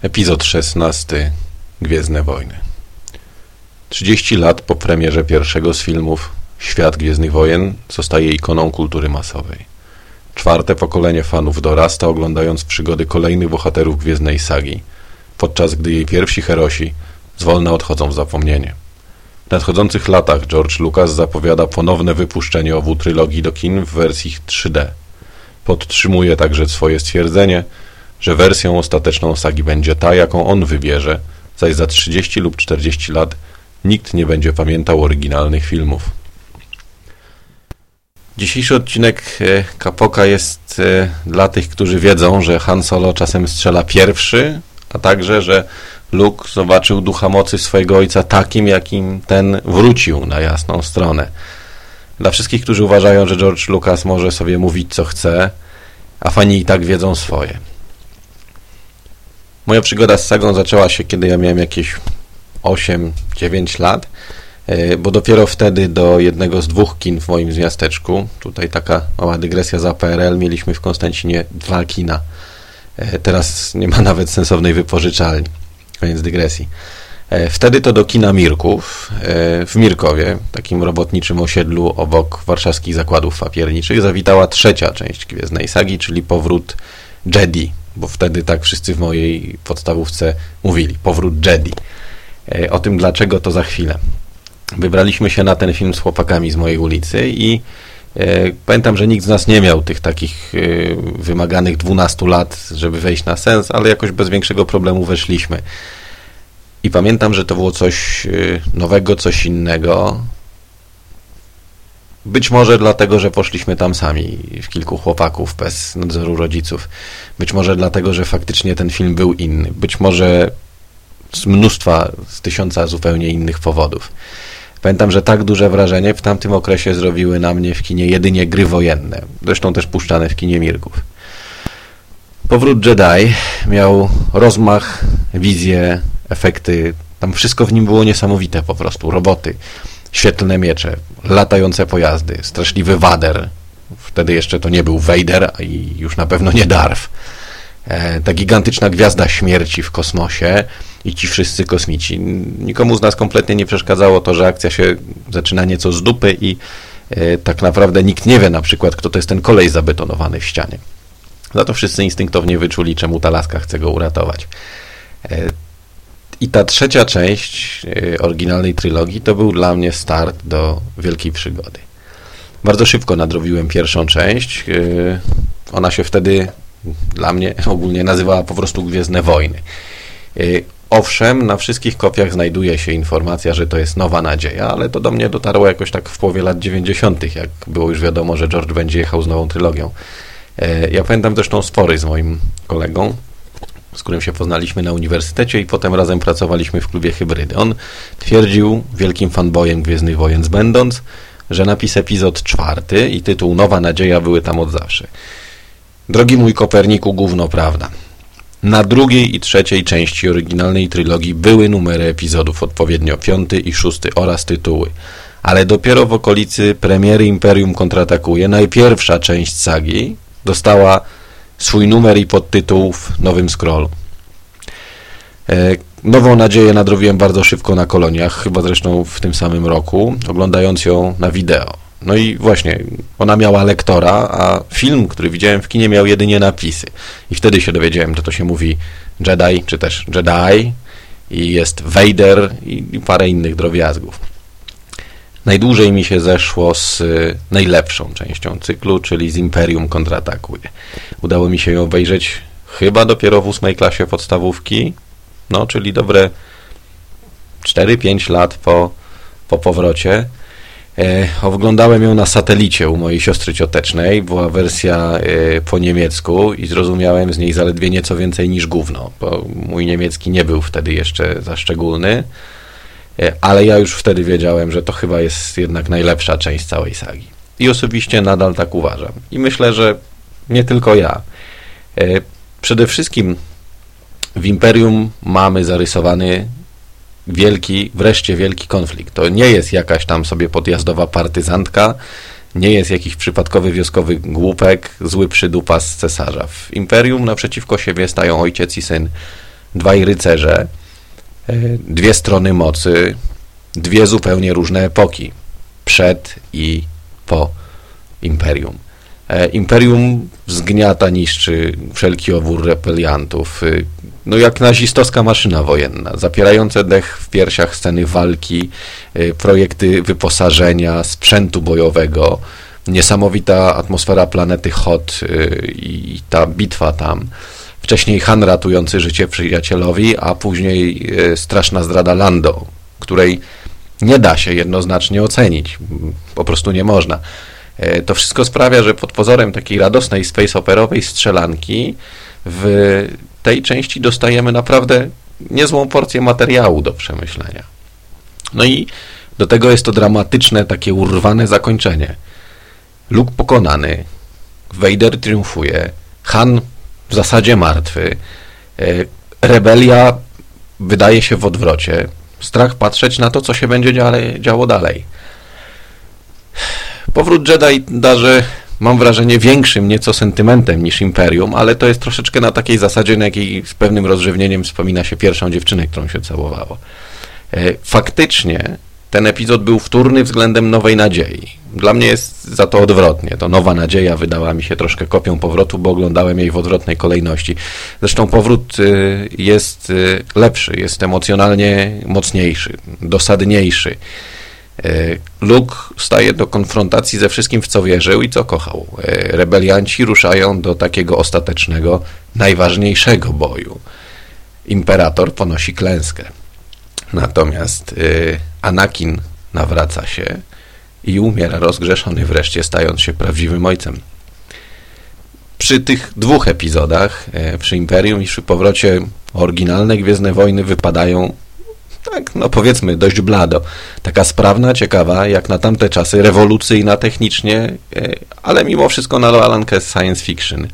Epizod 16. Gwiezdne wojny. 30 lat po premierze pierwszego z filmów Świat Gwiezdnych Wojen zostaje ikoną kultury masowej. Czwarte pokolenie fanów dorasta, oglądając przygody kolejnych bohaterów gwiezdnej sagi, podczas gdy jej pierwsi herosi zwolna odchodzą w zapomnienie. W nadchodzących latach George Lucas zapowiada ponowne wypuszczenie owu trylogii do kin w wersji 3D. Podtrzymuje także swoje stwierdzenie, że wersją ostateczną sagi będzie ta, jaką on wybierze, zaś za 30 lub 40 lat nikt nie będzie pamiętał oryginalnych filmów. Dzisiejszy odcinek Kapoka jest dla tych, którzy wiedzą, że Han Solo czasem strzela pierwszy, a także, że Luke zobaczył ducha mocy swojego ojca takim, jakim ten wrócił na jasną stronę. Dla wszystkich, którzy uważają, że George Lucas może sobie mówić co chce, a fani i tak wiedzą swoje. Moja przygoda z sagą zaczęła się, kiedy ja miałem jakieś 8-9 lat, bo dopiero wtedy do jednego z dwóch kin w moim miasteczku, tutaj taka mała dygresja za PRL, mieliśmy w Konstancinie 2 kina. Teraz nie ma nawet sensownej wypożyczalni. Koniec dygresji. Wtedy to do kina Mirków w Mirkowie, takim robotniczym osiedlu obok warszawskich zakładów papierniczych, zawitała trzecia część Gwiezdnej Sagi, czyli Powrót Jedi, bo wtedy tak wszyscy w mojej podstawówce mówili, Powrót Jedi. O tym dlaczego to za chwilę. Wybraliśmy się na ten film z chłopakami z mojej ulicy i pamiętam, że nikt z nas nie miał tych takich wymaganych 12 lat, żeby wejść na sens, ale jakoś bez większego problemu weszliśmy. I pamiętam, że to było coś nowego, coś innego. Być może dlatego, że poszliśmy tam sami, w kilku chłopaków, bez nadzoru rodziców. Być może dlatego, że faktycznie ten film był inny. Być może z tysiąca zupełnie innych powodów. Pamiętam, że tak duże wrażenie w tamtym okresie zrobiły na mnie w kinie jedynie gry wojenne. Zresztą też puszczane w kinie Mirków. Powrót Jedi miał rozmach, wizję, efekty. Tam wszystko w nim było niesamowite po prostu. Roboty, świetlne miecze, latające pojazdy, straszliwy Vader. Wtedy jeszcze to nie był Vader i już na pewno nie Darth. Ta gigantyczna gwiazda śmierci w kosmosie i ci wszyscy kosmici. Nikomu z nas kompletnie nie przeszkadzało to, że akcja się zaczyna nieco z dupy i tak naprawdę nikt nie wie na przykład, kto to jest ten kolej zabetonowany w ścianie. Za to wszyscy instynktownie wyczuli, czemu ta laska chce go uratować. I ta trzecia część oryginalnej trylogii to był dla mnie start do wielkiej przygody. Bardzo szybko nadrobiłem pierwszą część. Ona się wtedy dla mnie ogólnie nazywała po prostu Gwiezdne Wojny. Owszem, na wszystkich kopiach znajduje się informacja, że to jest Nowa Nadzieja, ale to do mnie dotarło jakoś tak w połowie lat 90., jak było już wiadomo, że George będzie jechał z nową trylogią. Ja pamiętam zresztą spory z moim kolegą, z którym się poznaliśmy na uniwersytecie i potem razem pracowaliśmy w klubie Hybrydy. On twierdził, wielkim fanboyem Gwiezdnych Wojen będąc, że napis epizod 4 i tytuł Nowa Nadzieja były tam od zawsze. Drogi mój Koperniku, gówno prawda. Na drugiej i trzeciej części oryginalnej trylogii były numery epizodów, odpowiednio 5 i 6 oraz tytuły. Ale dopiero w okolicy premiery Imperium kontratakuje najpierwsza część sagi dostała swój numer i podtytuł w nowym scrollu. Nową Nadzieję nadrobiłem bardzo szybko na koloniach, chyba zresztą w tym samym roku, oglądając ją na wideo. No i właśnie, ona miała lektora, a film, który widziałem w kinie, miał jedynie napisy. I wtedy się dowiedziałem, że to się mówi Jedi, czy też Jedi, i jest Vader i parę innych drobiazgów. Najdłużej mi się zeszło z najlepszą częścią cyklu, czyli z Imperium kontratakuje. Udało mi się ją obejrzeć chyba dopiero w 8 klasie podstawówki, no czyli dobre 4-5 lat po powrocie. Oglądałem ją na satelicie u mojej siostry ciotecznej, była wersja po niemiecku i zrozumiałem z niej zaledwie nieco więcej niż gówno, bo mój niemiecki nie był wtedy jeszcze za szczególny, ale ja już wtedy wiedziałem, że to chyba jest jednak najlepsza część całej sagi. I osobiście nadal tak uważam. I myślę, że nie tylko ja. Przede wszystkim w Imperium mamy zarysowany wreszcie wielki konflikt. To nie jest jakaś tam sobie podjazdowa partyzantka, nie jest jakiś przypadkowy wioskowy głupek, zły przydupas z cesarza. W Imperium naprzeciwko siebie stają ojciec i syn, dwaj rycerze, dwie strony mocy, dwie zupełnie różne epoki, przed i po Imperium. Imperium zgniata, niszczy wszelki obór rebeliantów, no jak nazistowska maszyna wojenna, zapierające dech w piersiach sceny walki, projekty wyposażenia, sprzętu bojowego, niesamowita atmosfera planety Hot i ta bitwa tam. Wcześniej Han ratujący życie przyjacielowi, a później straszna zdrada Lando, której nie da się jednoznacznie ocenić. Po prostu nie można. To wszystko sprawia, że pod pozorem takiej radosnej space operowej strzelanki w tej części dostajemy naprawdę niezłą porcję materiału do przemyślenia. No i do tego jest to dramatyczne, takie urwane zakończenie. Luke pokonany, Vader triumfuje, Han w zasadzie martwy, rebelia wydaje się w odwrocie, strach patrzeć na to, co się będzie działo dalej. Powrót Jedi darzy, mam wrażenie, większym nieco sentymentem niż Imperium, ale to jest troszeczkę na takiej zasadzie, na jakiej z pewnym rozrzewnieniem wspomina się pierwszą dziewczynę, którą się całowało. Faktycznie ten epizod był wtórny względem Nowej Nadziei. Dla mnie jest za to odwrotnie. To Nowa Nadzieja wydała mi się troszkę kopią powrotu, bo oglądałem jej w odwrotnej kolejności. Zresztą powrót jest lepszy, jest emocjonalnie mocniejszy, dosadniejszy. Luke staje do konfrontacji ze wszystkim, w co wierzył i co kochał. Rebelianci ruszają do takiego ostatecznego, najważniejszego boju. Imperator ponosi klęskę. Natomiast Anakin nawraca się i umiera rozgrzeszony wreszcie, stając się prawdziwym ojcem. Przy tych dwóch epizodach, przy Imperium i przy powrocie, oryginalne Gwiezdne Wojny wypadają tak, no powiedzmy, dość blado. Taka sprawna, ciekawa, jak na tamte czasy, rewolucyjna technicznie, ale mimo wszystko na lalankę science fiction.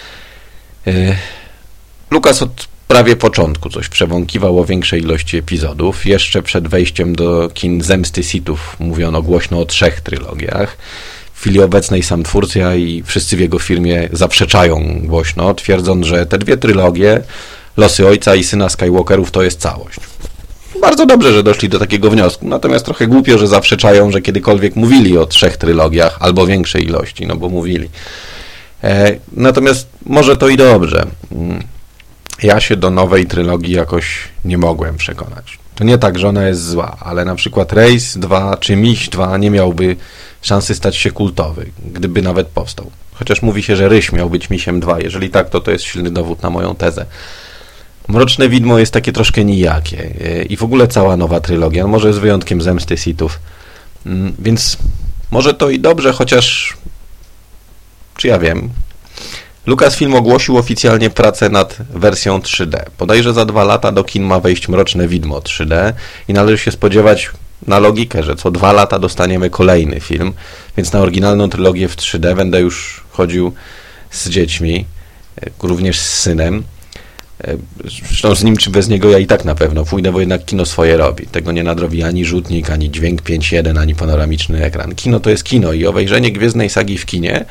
Lucas od prawie początku coś przewąkiwał o większej ilości epizodów. Jeszcze przed wejściem do kin Zemsty Sithów mówiono głośno o 3 trylogiach. W chwili obecnej sam twórca i wszyscy w jego firmie zaprzeczają głośno, twierdząc, że te 2 trylogie, Losy Ojca i Syna Skywalkerów, to jest całość. Bardzo dobrze, że doszli do takiego wniosku, natomiast trochę głupio, że zaprzeczają, że kiedykolwiek mówili o 3 trylogiach, albo większej ilości, no bo mówili. Natomiast może to i dobrze. Ja się do nowej trylogii jakoś nie mogłem przekonać. To nie tak, że ona jest zła, ale na przykład Race 2 czy Miś 2 nie miałby szansy stać się kultowy, gdyby nawet powstał. Chociaż mówi się, że Ryś miał być Misiem 2. Jeżeli tak, to jest silny dowód na moją tezę. Mroczne Widmo jest takie troszkę nijakie i w ogóle cała nowa trylogia, może z wyjątkiem Zemsty Sithów. Więc może to i dobrze, chociaż czy ja wiem. Lucasfilm ogłosił oficjalnie pracę nad wersją 3D. Bodajże za 2 lata do kin ma wejść Mroczne Widmo 3D i należy się spodziewać na logikę, że co 2 lata dostaniemy kolejny film, więc na oryginalną trylogię w 3D będę już chodził z dziećmi, również z synem. Zresztą z nim czy bez niego ja i tak na pewno pójdę, bo jednak kino swoje robi. Tego nie nadrobi ani rzutnik, ani dźwięk 5.1, ani panoramiczny ekran. Kino to jest kino i obejrzenie Gwiezdnej Sagi w kinie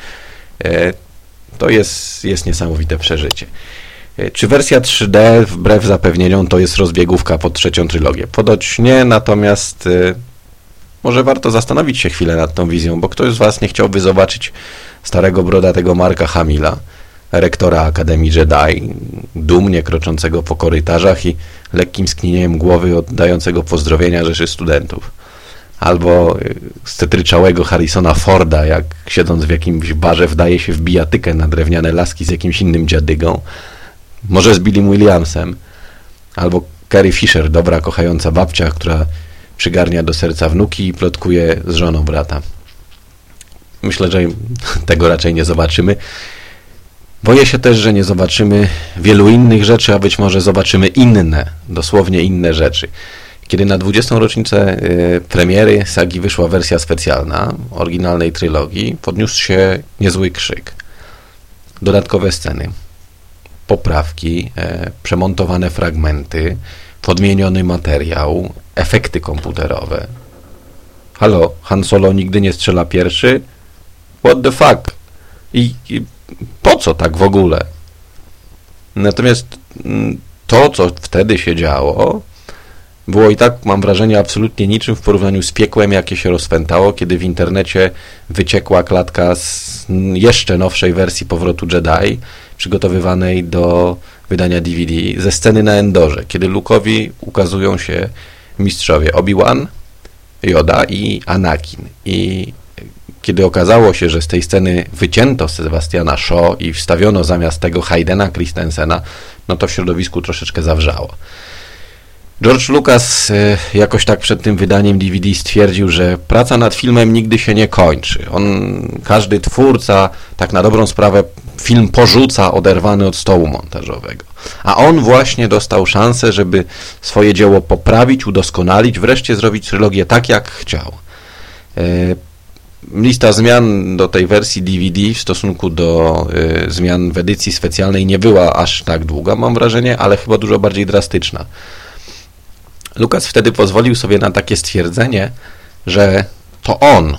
to jest niesamowite przeżycie. Czy wersja 3D, wbrew zapewnieniom, to jest rozbiegówka pod 3. trylogię? Podoć nie, natomiast może warto zastanowić się chwilę nad tą wizją, bo ktoś z Was nie chciałby zobaczyć starego brodatego Marka Hamilla, rektora Akademii Jedi, dumnie kroczącego po korytarzach i lekkim skinieniem głowy oddającego pozdrowienia rzeszy studentów. Albo scetryczałego Harrisona Forda, jak siedząc w jakimś barze wdaje się w bijatykę na drewniane laski z jakimś innym dziadygą. Może z Billym Williamsem. Albo Carrie Fisher, dobra, kochająca babcia, która przygarnia do serca wnuki i plotkuje z żoną brata. Myślę, że tego raczej nie zobaczymy. Boję się też, że nie zobaczymy wielu innych rzeczy, a być może zobaczymy inne, dosłownie inne rzeczy. Kiedy na 20. rocznicę premiery sagi wyszła wersja specjalna oryginalnej trylogii, podniósł się niezły krzyk. Dodatkowe sceny, poprawki, przemontowane fragmenty, podmieniony materiał, efekty komputerowe. Halo, Han Solo nigdy nie strzela pierwszy? What the fuck? I po co tak w ogóle? Natomiast to, co wtedy się działo, było i tak, mam wrażenie, absolutnie niczym w porównaniu z piekłem, jakie się rozpętało, kiedy w internecie wyciekła klatka z jeszcze nowszej wersji Powrotu Jedi, przygotowywanej do wydania DVD, ze sceny na Endorze, kiedy Luke'owi ukazują się mistrzowie Obi-Wan, Yoda i Anakin. I kiedy okazało się, że z tej sceny wycięto Sebastiana Shaw i wstawiono zamiast tego Haydena Christensena, no to w środowisku troszeczkę zawrzało. George Lucas jakoś tak przed tym wydaniem DVD stwierdził, że praca nad filmem nigdy się nie kończy. Każdy twórca, tak na dobrą sprawę, film porzuca oderwany od stołu montażowego. A on właśnie dostał szansę, żeby swoje dzieło poprawić, udoskonalić, wreszcie zrobić trylogię tak, jak chciał. Lista zmian do tej wersji DVD w stosunku do zmian w edycji specjalnej nie była aż tak długa, mam wrażenie, ale chyba dużo bardziej drastyczna. Lucas wtedy pozwolił sobie na takie stwierdzenie, że to on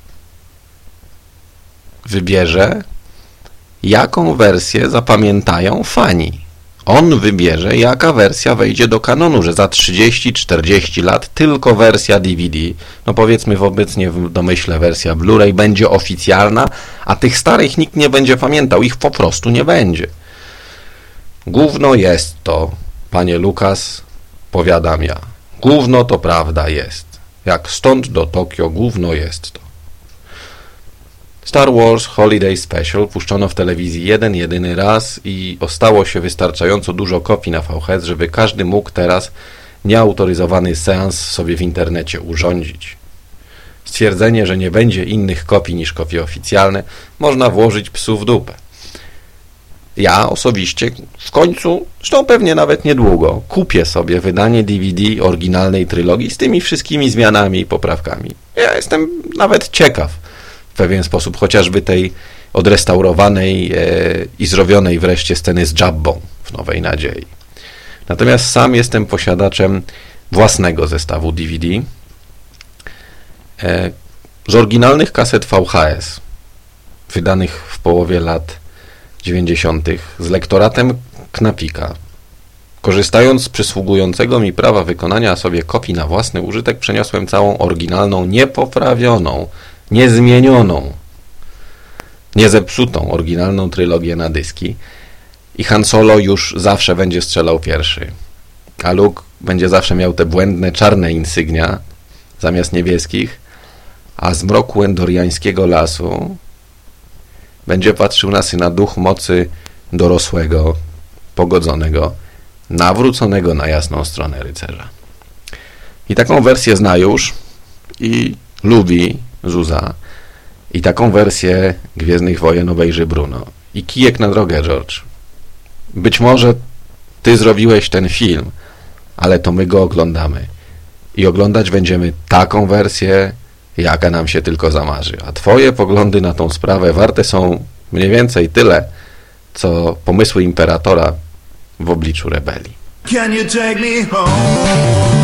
wybierze, jaką wersję zapamiętają fani. On wybierze, jaka wersja wejdzie do kanonu, że za 30-40 lat tylko wersja DVD, no powiedzmy w obecnie w domyśle wersja Blu-ray będzie oficjalna, a tych starych nikt nie będzie pamiętał, ich po prostu nie będzie. Gówno jest to, panie Lucas, powiadam ja. Gówno to prawda jest. Jak stąd do Tokio gówno jest to. Star Wars Holiday Special puszczono w telewizji jedyny raz i ostało się wystarczająco dużo kopii na VHS, żeby każdy mógł teraz nieautoryzowany seans sobie w internecie urządzić. Stwierdzenie, że nie będzie innych kopii niż kopie oficjalne, można włożyć psu w dupę. Ja osobiście w końcu, zresztą pewnie nawet niedługo, kupię sobie wydanie DVD oryginalnej trylogii z tymi wszystkimi zmianami i poprawkami. Ja jestem nawet ciekaw w pewien sposób, chociażby tej odrestaurowanej i zrobionej wreszcie sceny z Jabbą w Nowej Nadziei. Natomiast sam jestem posiadaczem własnego zestawu DVD z oryginalnych kaset VHS wydanych w połowie lat 90. z lektoratem Knapika. Korzystając z przysługującego mi prawa wykonania sobie kopii na własny użytek, przeniosłem całą oryginalną, niepoprawioną, niezmienioną, niezepsutą oryginalną trylogię na dyski i Han Solo już zawsze będzie strzelał pierwszy, a Luke będzie zawsze miał te błędne, czarne insygnia zamiast niebieskich, a z mroku endoriańskiego lasu będzie patrzył na syna duch mocy dorosłego, pogodzonego, nawróconego na jasną stronę rycerza. I taką wersję zna już i lubi Zuza. I taką wersję Gwiezdnych Wojen obejrzy Bruno. I kijek na drogę, George. Być może ty zrobiłeś ten film, ale to my go oglądamy. I oglądać będziemy taką wersję, jaka nam się tylko zamarzy. A twoje poglądy na tą sprawę warte są mniej więcej tyle, co pomysły imperatora w obliczu rebelii. Can you take me home?